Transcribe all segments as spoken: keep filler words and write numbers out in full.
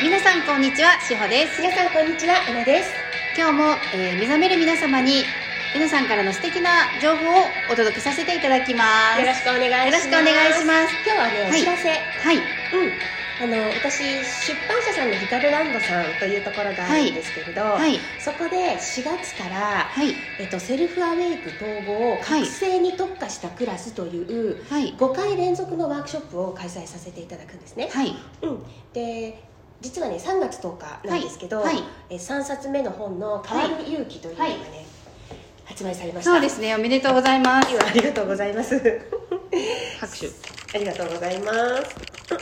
皆さんこんにちは、しほです。 皆さんこんにちは、えなです。 今日も、えー、目覚める皆様に皆さんからの素敵な情報をお届けさせていただきます。 よろしくお願いします。 よろしくお願いします。 今日はね、お知らせ。 はい、 うんあの私出版社さんのヒカルランドさんというところがあるんですけれど、はいはい、そこでしがつから、はいえっと、セルフアウェイク統合覚醒に特化したクラスという、はい、ごかい連続のワークショップを開催させていただくんですね、はいうん、で実はねさんがつとおかなんですけど、はいはい、えさんさつめの本の変わる勇気というのがね、はい、発売されました。 そうですね、おめでとうございます。 ありがとうございます拍手ありがとうございます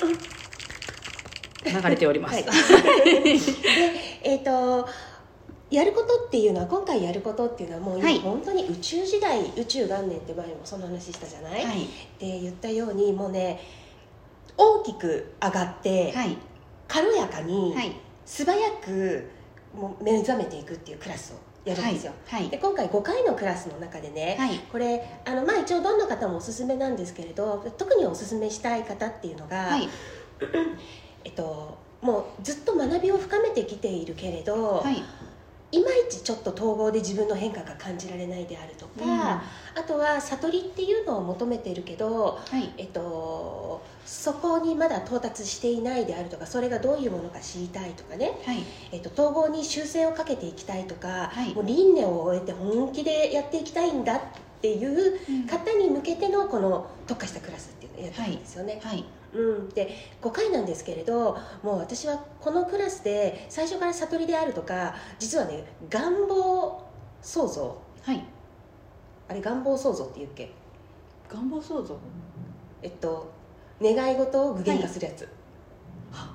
流れております、はい、 で、えーと、やることっていうのは今回やることっていうのはもう今、はい、本当に宇宙時代宇宙元年って前もその話したじゃない、はい、で言ったようにもうね大きく上がって、はい、軽やかに、はい、素早くもう目覚めていくっていうクラスをやるんですよ、はいはい、で今回ごかいのクラスの中でね、はい、これあの、まあ、一応どんな方もおすすめなんですけれど特におすすめしたい方っていうのが、はいえっと、もうずっと学びを深めてきているけれど、はい、いまいちちょっと統合で自分の変化が感じられないであるとか、うん、あとは悟りっていうのを求めているけど、はいえっと、そこにまだ到達していないであるとかそれがどういうものか知りたいとかね、はいえっと、統合に修正をかけていきたいとか、はい、もう輪廻を終えて本気でやっていきたいんだっていう方に向けてのこの特化したクラスっていうのをやってるんですよね、はいはいうん、でごかいなんですけれどもう私はこのクラスで最初から悟りであるとか実はね願望創造、はい、あれ願望創造って言うっけ願望創造えっと願い事を具現化するやつ、はい、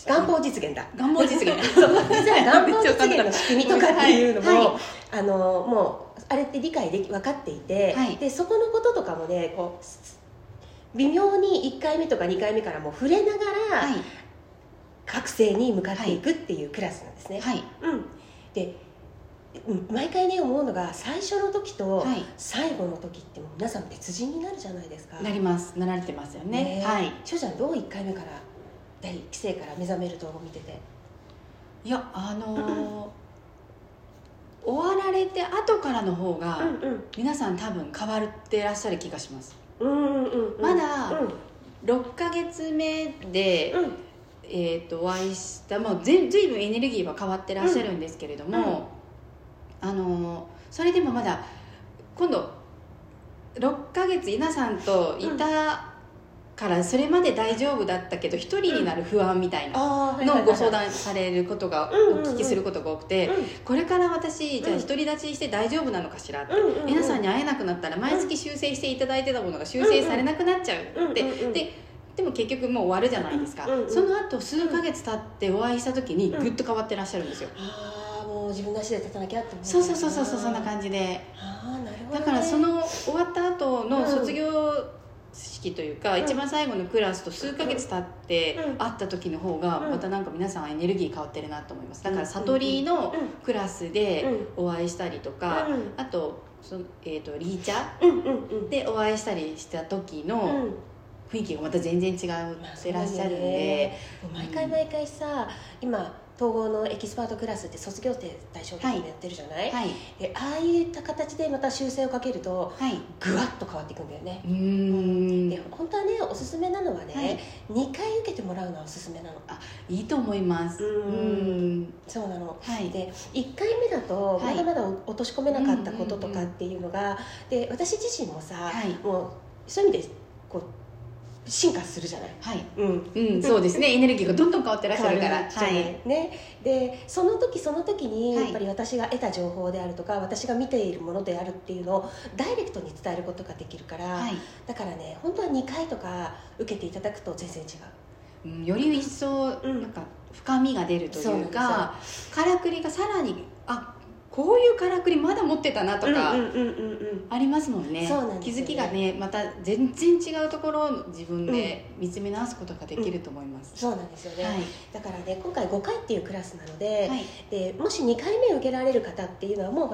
願望実現だ願望実現そう実は願望実現の仕組みとかっていうのも、はいはい、あのもうあれって理解でき分かっていて、はい、でそこのこととかもねこう微妙にいっかいめとかにかいめからも触れながら、はい、覚醒に向かっていくっていうクラスなんですね、はいうん、で毎回ね思うのが最初の時と最後の時ってもう皆さん別人になるじゃないですか。 なりますなられてますよね、ねはい、 しょうちゃんどういっかいめから第一期生から目覚める動画を見てていやあのー、終わられて後からの方が、うんうん、皆さん多分変わってらっしゃる気がします。うんうんうん、まだろっかげつめで、うんえー、とお会いしたもうずいぶんエネルギーは変わってらっしゃるんですけれども、うん、あのそれでもまだ今度ろっかげつ皆さんといたからそれまで大丈夫だったけど一人になる不安みたいなのをご相談されることがお聞きすることが多くて、これから私じゃあ独り立ちして大丈夫なのかしらって、皆さんに会えなくなったら毎月修正していただいてたものが修正されなくなっちゃうってででも結局もう終わるじゃないですか。その後数ヶ月経ってお会いした時にぐっと変わってらっしゃるんですよ。 ああもう自分の足で立たなきゃって思う。 そうそうそうそうそんな感じで、 あなるほど、ね、 だからその終わった後の卒業式というか、うん、一番最後のクラスと数ヶ月経って会った時の方がまたなんか皆さんエネルギー変わってるなと思います。だから悟りのクラスでお会いしたりとか、あとそ、えー、とリーチャーでお会いしたりした時の雰囲気がまた全然違ってらっしゃるんで、 まあ、毎回毎回さ今統合のエキスパートクラスって卒業生対象とかもやってるじゃない、はい、でああいった形でまた修正をかけると、はい、ぐわっと変わっていくんだよね。うーんで本当はねおすすめなのはね、はい、にかい受けてもらうのはおすすめなの。 あいいと思います。うんうんそうなの、はい、でいっかいめだとまだまだ落とし込めなかったこととかっていうのが、で私自身もさ、はい、もうそういう意味でこう進化するじゃない、はいうんうん、そうですねエネルギーがどんどん変わってらっしゃるから、 はいね、でその時その時にやっぱり私が得た情報であるとか、はい、私が見ているものであるっていうのをダイレクトに伝えることができるから、はい、だからね本当はにかいとか受けていただくと全然違う、 うん、より一層なんか深みが出るというか、うん、からくりがさらにあこういうからくりまだ持ってたなとかありますもんね。そうなんですよね。気づきがねまた全然違うところを自分で見つめ直すことができると思います、 うんうん、そうなんですよね、はい、だからね今回ごかいっていうクラスなので、はい、でもしにかいめ受けられる方っていうのはもうほら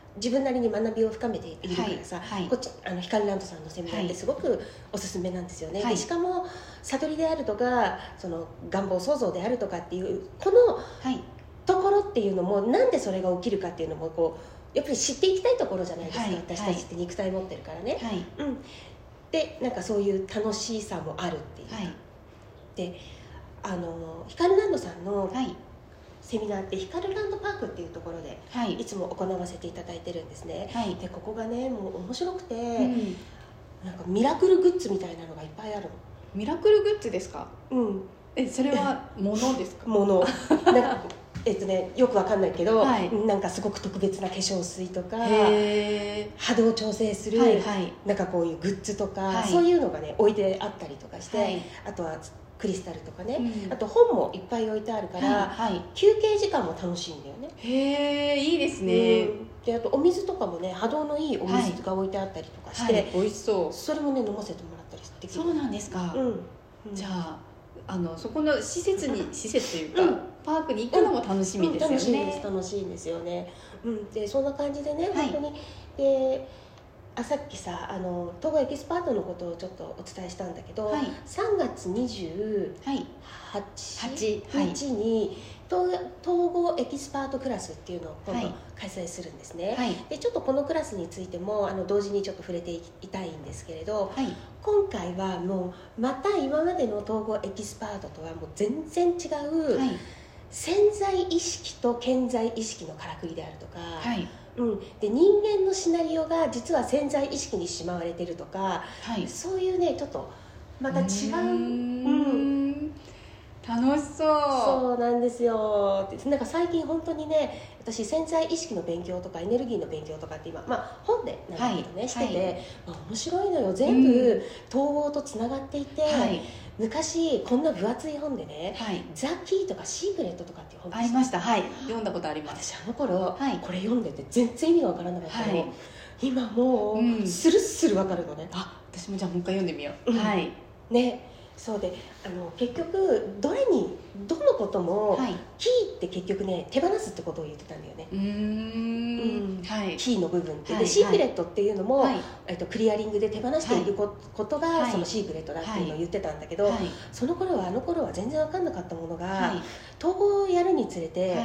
自分なりに学びを深めているからさ、 はいはい、 こっちあのヒカルランドさんのセミナーってすごくおすすめなんですよね、 はい、 でしかも悟りであるとかその願望創造であるとかっていうこのところっていうのも、なんでそれが起きるかっていうのもこうやっぱり知っていきたいところじゃないですか、はい、私たちって肉体持ってるからね、はい、うん、でなんかそういう楽しさもあるっていうか、はい、であのヒカルランドさんの、はい、セミナーってヒカルランドパークっていうところで、はい、いつも行わせていただいてるんですね、はい、でここがねもう面白くて、うん、なんかミラクルグッズみたいなのがいっぱいあるの。 ミラクルグッズですか？ うん。 えそれは物ですか？ 物なんかえっとねよくわかんないけど、はい、なんかすごく特別な化粧水とか波動調整する、はいはい、なんかこういうグッズとか、はい、そういうのがね置いてあったりとかして、はい、あとはクリスタルとかね、うん、あと本もいっぱい置いてあるから、はいはい、休憩時間も楽しいんだよね。 へえいいですね、うん、 であとお水とかもね波動のいいお水が置いてあったりとかして、はいはい、 美味しそう。 それもね飲ませてもらったりできる。 そうなんですか、うんうん、じゃああのそこの施設に施設というか、うん、パークに行くのも楽しみですよね、うん、楽しいです楽しいんですよね、うん、でそんな感じでね、はい、本当にであさっきさあの統合エキスパートのことをちょっとお伝えしたんだけど、はい、さんがつにじゅうはちにちに統合エキスパートクラスっていうのを今度開催するんですね、はい、でちょっとこのクラスについてもあの同時にちょっと触れていたいんですけれど、はい、今回はもうまた今までの統合エキスパートとはもう全然違う、はい、潜在意識と顕在意識のからくりであるとか、はい、うん、で人間のシナリオが実は潜在意識にしまわれてるとか、はい、そういうねちょっとまた違う、うんうん楽しそうそうなんですよ。なんか最近本当にね私潜在意識の勉強とかエネルギーの勉強とかって今、まあ、本でなんだけどね、はい、してて、はいまあ、面白いのよ全部統合とつながっていて、はい、昔こんな分厚い本でね、はい、ザ・キーとかシークレットとかっていう本ありました、はい、読んだことあります。 私あの頃、はい、これ読んでて全然意味が分からなかったの、はい、今もう、うん、スルスル分かるのね。 あ私もじゃあもう一回読んでみよう、うん、はいねそうであの結局どれにどのことも、はい、キーって結局ね手放すってことを言ってたんだよね。うーん、うんはい、キーの部分って、はい、でシークレットっていうのも、はいえっと、クリアリングで手放しているこ と, ことが、はい、そのシークレットだっていうのを言ってたんだけど、はい、その頃はあの頃は全然分かんなかったものが、はい、統合をやるにつれて、はい、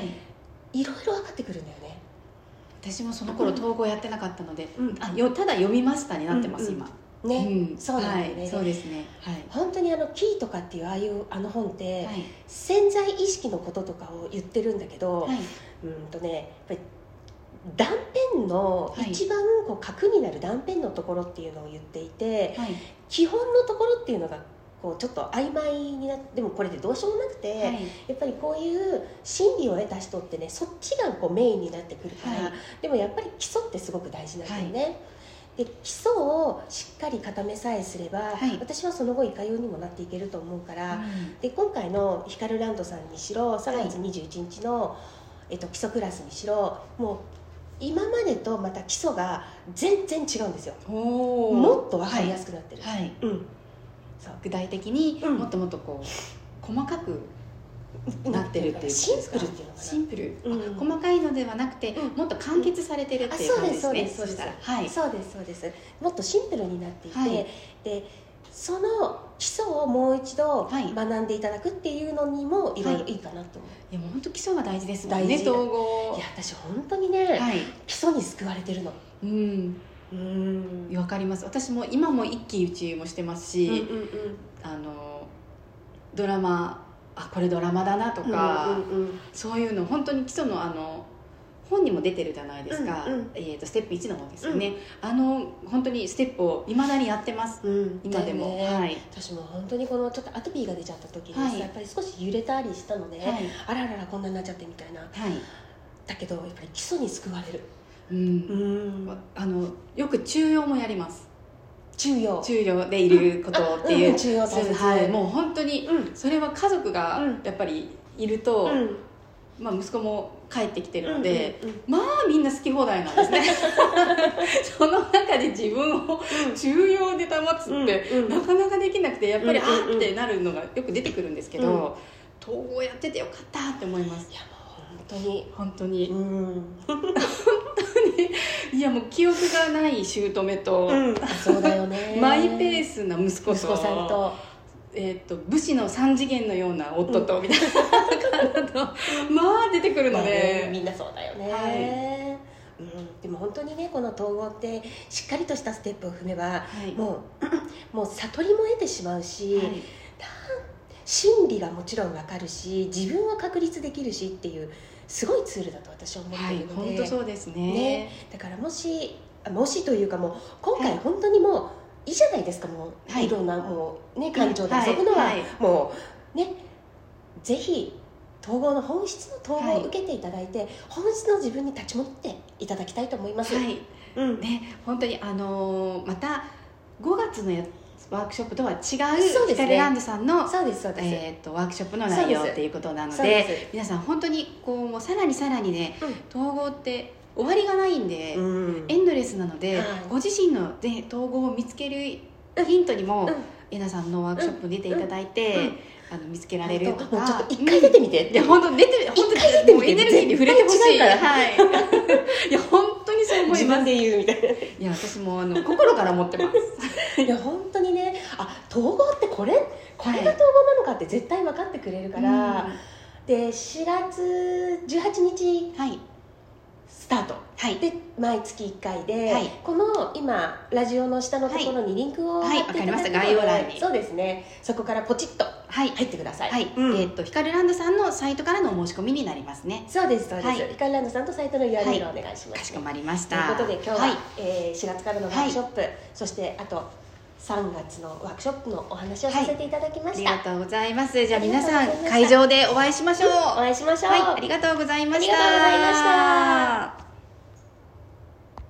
いろいろ分かってくるんだよね。 私もその頃統合やってなかったので、うん、あよただ読みましたになってます、うんうん、今ね、うん、そうなんだよね、 はい、そうですね、はい、 本当にあのキーとかっていうああいうあの本って、はい、潜在意識のこととかを言ってるんだけど、はい、うんとねやっぱり断片の一番こう核になる断片のところっていうのを言っていて、はい、基本のところっていうのがこうちょっと曖昧になってでもこれでどうしようもなくて、はい、やっぱりこういう真理を得た人ってねそっちがこうメインになってくるから、はい、でもやっぱり基礎ってすごく大事なんだよね、はいで基礎をしっかり固めさえすれば、はい、私はその後いかようにもなっていけると思うから、うん、で今回のヒカルランドさんにしろさんがつにじゅういちにちの、はいえっと、基礎クラスにしろもう今までとまた基礎が全然違うんですよ。もっと分かりやすくなってる、はいはいうん、 そう具体的にもっともっとこう、うん、細かくなってるっていうことですか。 シンプルっていうのかな。 シンプル、うん、細かいのではなくて、うん、もっと完結されてるっていう感じですね。 そうですそうですはい、そうですそうです。もっとシンプルになっていて、はい、でその基礎をもう一度学んでいただくっていうのにもいろいろいいかなと思う、はい、 いやもう本当基礎が大事ですもんね。統合いや私本当にね、はい、基礎に救われてるの。うんうん分かります。私も今も一喜一憂もしてますし、うんうんうん、あのドラマあこれドラマだなとか、うんうんうん、そういうの本当に基礎のあの本にも出てるじゃないですか、うんうんえー、とステップいちの方ですよね、うん、あの本当にステップをいまだにやってます、うん、今でも、ねはい、 私も本当にこのちょっとアトピーが出ちゃった時に、はい、やっぱり少し揺れたりしたので、はい、あらららこんなになっちゃってみたいな、はい、だけどやっぱり基礎に救われる、うん、 うんあのよく中庸もやります。 中庸中庸でいることっていう、うん、 中庸大切、 はい、もう本当に、うん、それは家族がやっぱりいると、うんまあ、息子も帰ってきてるので、うんうんうん、まあみんな好き放題なんですねその中で自分を中庸で保つって、うんうん、なかなかできなくてやっぱり、うんうんうん、あーってなるのがよく出てくるんですけど、うん、統合やっててよかったって思います。 いやもう当に本当に、 うん、 本当にいやもう記憶がない姑と、 うん、そうだよねマイペースな息子と息子さんと、 えー、と武士の三次元のような夫と、うん、みたいな感じとまあ出てくるので、 まあね、みんなそうだよね、はいうん、でも本当にねこの統合ってしっかりとしたステップを踏めば、はい、もうもう悟りも得てしまうし、はい、真理がもちろん分かるし自分を確立できるしっていうすごいツールだと私は思っているので、 はい、本当そうです ね, ねだからもしもしというかもう今回本当にもう、はい、いいじゃないですかもう、はい、いろんなもう、ね、感情で遊ぶのは、はいはい、もうねぜひ統合の本質の統合を受けていただいて、はい、本質の自分に立ち戻っていただきたいと思います、 はいうんね、本当にあのー、またごがつのやワークショップとは違うヒカルランドさんのそうですそうです、 えー、とワークショップの内容っていうことなの で, で皆さん本当にこうもうさらにさらにね、うん、統合って終わりがないんで、うん、エンドレスなので、はい、ご自身の、ね、統合を見つけるヒントにも、うん、えなさんのワークショップに出ていただいて、うんうんあの見つけられるとか、 もうちょっと一回出てみて、 うん、いや本当出て本当にもうエネルギーに触れてほしいから、はい、いや本当にそう思います。 自分で言うみたいな。いや私もあの心から思ってます。 いや本当にね、あ統合ってこれこれが統合なのかって絶対分かってくれるから、はい、でしがつじゅうはちにち、はい、スタート、はい、で毎月いっかいで、はい、この今ラジオの下のところにリンクを貼っていただくので、はいはい、わかりました概要欄にそうですねそこからポチッと入ってください、 はいうん、えー、っとヒカルランドさんのサイトからのお申し込みになりますね。 そうですそうです、はい、ヒカルランドさんとサイトの ユーアールエル をお願いします、ね、 かしこまりました。 ということで今日は、はいえー、しがつからのワークショップ、はい、そしてあとさんがつのワークショップのお話をさせていただきました、 はい、ありがとうございます。じゃあ皆さん会場でお会いしましょう。 お会いしましょう、 はい、ありがとうございました。 ありがとうございました。